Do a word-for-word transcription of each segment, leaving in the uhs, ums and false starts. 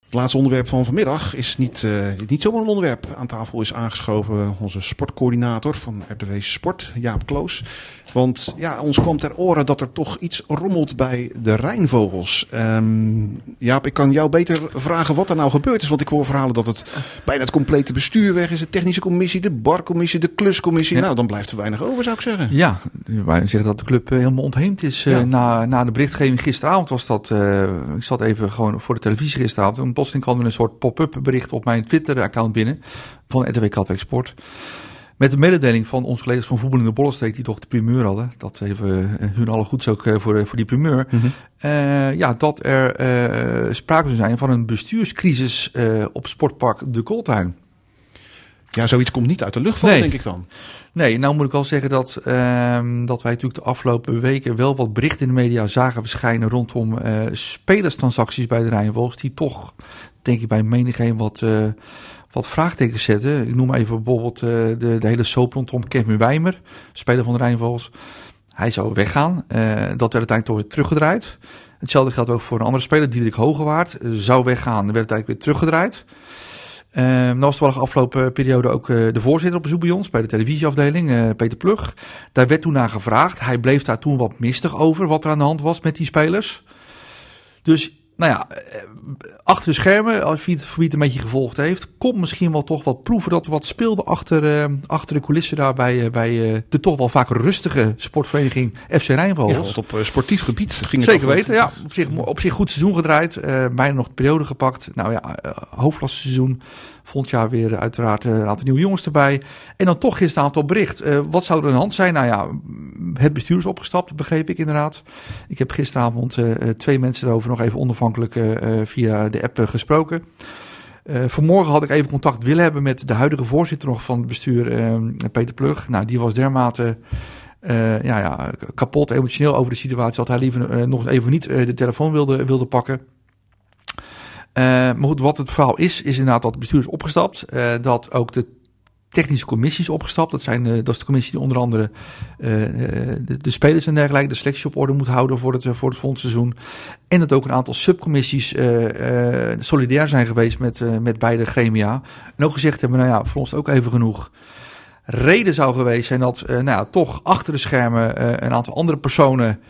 Het laatste onderwerp van vanmiddag is niet, uh, niet zomaar een onderwerp. Aan tafel is aangeschoven onze sportcoördinator van R T W Sport, Jaap Kloos. Want ja, ons kwam ter oren dat er toch iets rommelt bij de Rijnvogels. Um, Jaap, ik kan jou beter vragen wat er nou gebeurd is. Want ik hoor verhalen dat het bijna het complete bestuur weg is. De technische commissie, de barcommissie, de kluscommissie. Ja. Nou, dan blijft er weinig over, zou ik zeggen. Ja, wij zeggen dat de club helemaal ontheemd is. Ja. Uh, na, na de berichtgeving gisteravond was dat... Uh, ik zat even gewoon voor de televisie gisteravond. En plotseling kwam er een soort pop-up bericht op mijn Twitter-account binnen. Van R T W Katwijk Sport. Met de mededeling van onze collega's van Voetbal in de Bollenstreek, die toch de primeur hadden. Dat even uh, hun alle goeds ook uh, voor, uh, voor die primeur. Mm-hmm. Uh, ja, dat er uh, sprake zou zijn van een bestuurscrisis uh, op Sportpark De Kooltuin. Ja, zoiets komt niet uit de lucht vallen, nee. denk ik dan. Nee, nou moet ik wel zeggen dat, uh, dat wij natuurlijk de afgelopen weken wel wat berichten in de media zagen verschijnen rondom uh, spelerstransacties bij de Rijnvogels. Die toch, denk ik, bij menigeen wat... Uh, Wat vraagtekens zetten. Ik noem even bijvoorbeeld uh, de, de hele soap rondom Kevin Wijmer, speler van de Rijnvogels. Hij zou weggaan. Uh, dat werd uiteindelijk toch weer teruggedraaid. Hetzelfde geldt ook voor een andere speler, Diederik Hogewaard. Uh, zou weggaan, werd uiteindelijk weer teruggedraaid. Uh, nou was toevallig de afgelopen periode ook uh, de voorzitter op bezoek bij ons, bij de televisieafdeling, uh, Peter Plug. Daar werd toen naar gevraagd. Hij bleef daar toen wat mistig over wat er aan de hand was met die spelers. Dus... Nou ja, achter de schermen, als wie het, wie het een beetje gevolgd heeft, komt misschien wel toch wat proeven dat er wat speelde achter, uh, achter de coulissen daar bij, uh, bij uh, de toch wel vaak rustige sportvereniging F C Rijnvogels. Ja, want op uh, sportief gebied ging het zeker weten, ja. Op zich, op zich goed seizoen gedraaid, uh, bijna nog de periode gepakt. Nou ja, uh, hoofdklasseseizoen. Volgend jaar weer uiteraard een aantal nieuwe jongens erbij. En dan toch is het aantal bericht. Uh, wat zou er aan de hand zijn? Nou ja, het bestuur is opgestapt, begreep ik inderdaad. Ik heb gisteravond uh, twee mensen erover nog even onafhankelijk uh, via de app uh, gesproken. Uh, vanmorgen had ik even contact willen hebben met de huidige voorzitter nog van het bestuur, uh, Peter Plug. Nou, die was dermate... Uh, ja, ja, kapot emotioneel over de situatie. Dat hij liever uh, nog even niet uh, de telefoon wilde, wilde pakken. Uh, maar goed, wat het verhaal is, is inderdaad dat het bestuur is opgestapt. Uh, dat ook de technische commissie is opgestapt. Dat, zijn, uh, dat is de commissie die onder andere uh, de, de spelers en dergelijke, de selectie op orde moet houden voor het, voor het volgende seizoen. En dat ook een aantal subcommissies uh, uh, solidair zijn geweest met, uh, met beide gremia. En ook gezegd hebben, nou ja, voor ons ook even genoeg. Reden zou geweest zijn dat uh, nou ja, toch achter de schermen uh, een aantal andere personen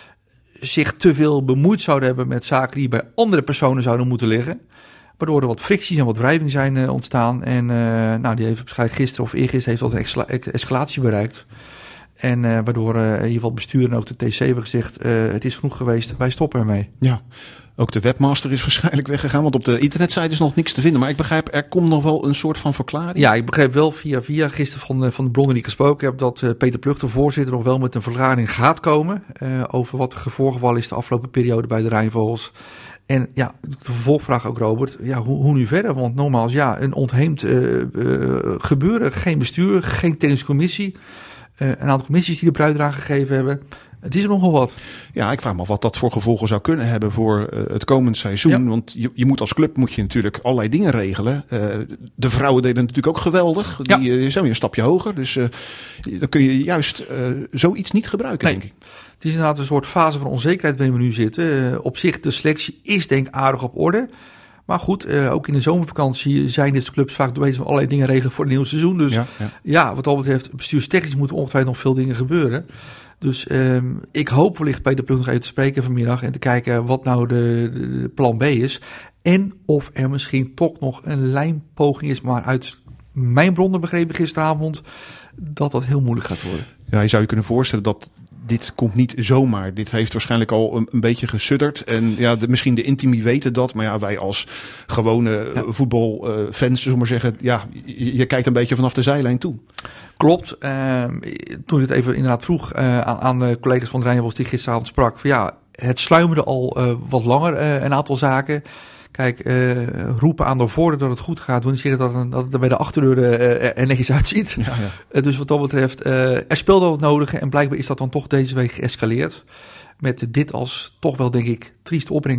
zich te veel bemoeid zouden hebben met zaken die bij andere personen zouden moeten liggen. Waardoor er wat fricties en wat wrijving zijn uh, ontstaan. En uh, nou, die heeft waarschijnlijk gisteren of eergisteren heeft dat een escala- escalatie bereikt. En uh, waardoor uh, in ieder geval het bestuur en ook de T C hebben gezegd, uh, het is genoeg geweest, wij stoppen ermee. Ja, ook de webmaster is waarschijnlijk weggegaan, want op de internetsite is nog niks te vinden. Maar ik begrijp, er komt nog wel een soort van verklaring. Ja, ik begreep wel via via gisteren van de, van de bronnen die ik gesproken heb, dat uh, Peter Plug, de voorzitter, nog wel met een verklaring gaat komen uh, over wat er voorgevallen is de afgelopen periode bij de Rijnvogels. En ja, de vervolgvraag ook, Robert, ja, hoe, hoe nu verder? Want nogmaals, ja, een ontheemd uh, uh, gebeuren, geen bestuur, geen technische commissie. Uh, een aantal commissies die de bruid eraan gegeven hebben. Het is er nogal wat. Ja, ik vraag me af wat dat voor gevolgen zou kunnen hebben voor uh, het komend seizoen. Ja. Want je, je moet als club moet je natuurlijk allerlei dingen regelen. Uh, de vrouwen deden het natuurlijk ook geweldig. Die ja. uh, zijn weer een stapje hoger. Dus uh, dan kun je juist uh, zoiets niet gebruiken, nee. denk ik. Het is inderdaad een soort fase van onzekerheid waarin we nu zitten. Uh, op zich, de selectie is denk ik aardig op orde. Maar goed, uh, ook in de zomervakantie zijn dit clubs vaak bezig met allerlei dingen regelen voor het nieuwe seizoen. Dus ja, ja. ja wat dat betreft, bestuurstechnisch moeten ongetwijfeld nog veel dingen gebeuren. Dus um, ik hoop wellicht bij de Plug nog even te spreken vanmiddag en te kijken wat nou de, de plan B is. En of er misschien toch nog een lijnpoging is, maar uit mijn bronnen begrepen gisteravond, dat dat heel moeilijk gaat worden. Ja, je zou je kunnen voorstellen dat dit komt niet zomaar. Dit heeft waarschijnlijk al een, een beetje gesudderd. En ja, de, misschien de intimi weten dat. Maar ja, wij als gewone ja. voetbalfans, uh, zullen we maar zeggen, ja, je, je kijkt een beetje vanaf de zijlijn toe. Klopt. Uh, toen ik het even inderdaad vroeg uh, aan, aan de collega's van de Rijnvogels die gisteravond sprak, van ja, het sluimerde al uh, wat langer uh, een aantal zaken. Kijk, uh, roepen aan de voordeur dat het goed gaat, wil niet zeggen dat het, dat het er bij de achterdeur uh, er netjes uitziet. Ja, ja. Uh, dus wat dat betreft, uh, er speelde wat nodig en blijkbaar is dat dan toch deze week geëscaleerd. Met dit als toch wel, denk ik, trieste opbrengst.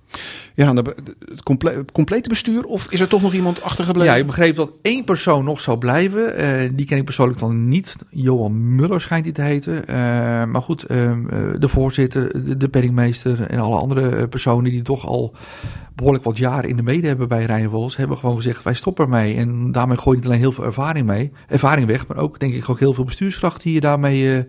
Ja, het comple- complete bestuur of is er toch nog iemand achtergebleven? Ja, ik begreep dat één persoon nog zou blijven. Uh, die ken ik persoonlijk dan niet. Johan Muller schijnt die te heten. Uh, maar goed, uh, de voorzitter, de, de penningmeester en alle andere personen die toch al behoorlijk wat jaren in de mede hebben bij Rijnvols, hebben gewoon gezegd, wij stoppen ermee. En daarmee gooi je niet alleen heel veel ervaring mee, ervaring weg, maar ook denk ik ook heel veel bestuurskracht die je daarmee uh,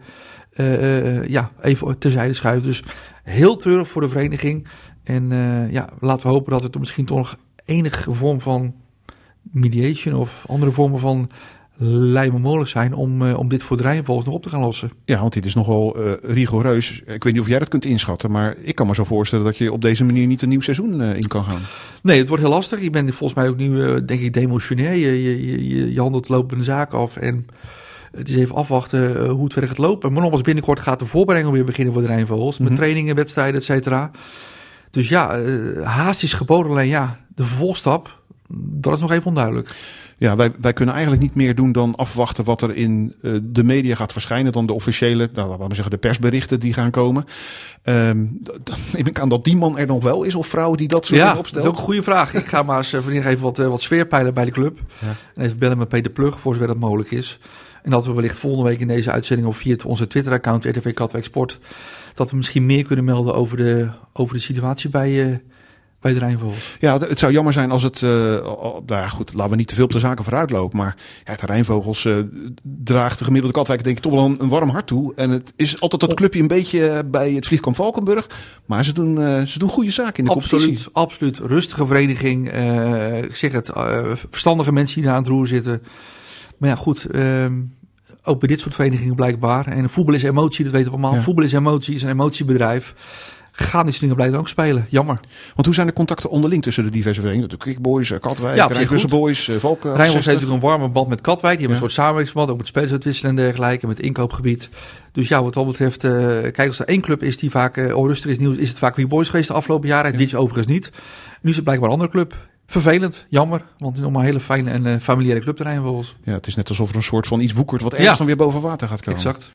uh, uh, ja, even terzijde schuift. Dus heel treurig voor de vereniging. En uh, ja, laten we hopen dat het misschien toch nog enige vorm van mediation of andere vormen van lijmen mogelijk zijn om, uh, om dit voor de Rijnvols nog op te gaan lossen. Ja, want dit is nogal uh, rigoureus. Ik weet niet of jij dat kunt inschatten, maar ik kan me zo voorstellen dat je op deze manier niet een nieuw seizoen uh, in kan gaan. Nee, het wordt heel lastig. Je bent volgens mij ook nu, uh, denk ik, demotionair. Je, je, je, je handelt lopende zaak af en het is even afwachten uh, hoe het verder gaat lopen. Maar nogmaals, binnenkort gaat de voorbereiding weer beginnen voor de Rijnvols. Mm-hmm. Met trainingen, wedstrijden, et cetera. Dus ja, uh, haast is geboden. Alleen ja, de vervolgstap, dat is nog even onduidelijk. Ja, wij, wij kunnen eigenlijk niet meer doen dan afwachten wat er in uh, de media gaat verschijnen. Dan de officiële, nou, laten we zeggen, de persberichten die gaan komen. Um, dan neem ik aan dat die man er nog wel is of vrouw die dat soort ja, dingen opstelt. Dat is ook een goede vraag. Ik ga maar eens uh, even wat, uh, wat sfeerpeilen bij de club. Ja. En even bellen met Peter Plug voor zover dat mogelijk is. En dat we wellicht volgende week in deze uitzending of via onze Twitter-account R T V Katwijk Sport, dat we misschien meer kunnen melden over de, over de situatie bij uh, bij de Rijnvogels. Ja, het zou jammer zijn als het, uh, nou ja, goed, laten we niet te veel op de zaken vooruitlopen, maar ja, de Rijnvogels uh, draagt de gemiddelde Katwijk denk ik toch wel een, een warm hart toe. En het is altijd dat clubje een beetje bij het Vliegkamp Valkenburg, maar ze doen, uh, ze doen goede zaken in de absoluut, competitie. Absoluut, rustige vereniging, uh, ik zeg het, uh, verstandige mensen die daar aan het roer zitten. Maar ja, goed, uh, ook bij dit soort verenigingen blijkbaar. En voetbal is emotie, dat weten we allemaal. Ja. Voetbal is emotie, is een emotiebedrijf. Gaan die dingen blijven ook spelen. Jammer. Want hoe zijn de contacten onderling tussen de diverse verenigingen? De Quick Boys, Katwijk, ja, Rijnvussen Boys, Valken. Rijnvols heeft natuurlijk een warme band met Katwijk. Die hebben ja. een soort samenwerkingsband, ook met spelers uitwisselen en dergelijke, met het inkoopgebied. Dus ja, wat dat betreft, uh, kijk, als er één club is die vaak uh, onrustig is nieuws, is het vaak Quick Boys geweest de afgelopen jaren. Ja. Dit is overigens niet. Nu is het blijkbaar een andere club. Vervelend, jammer, want het is nog maar een hele fijne en uh, familiaire club, de Rijnvols. Ja, het is net alsof er een soort van iets woekert wat ergens ja. dan weer boven water gaat komen. Exact.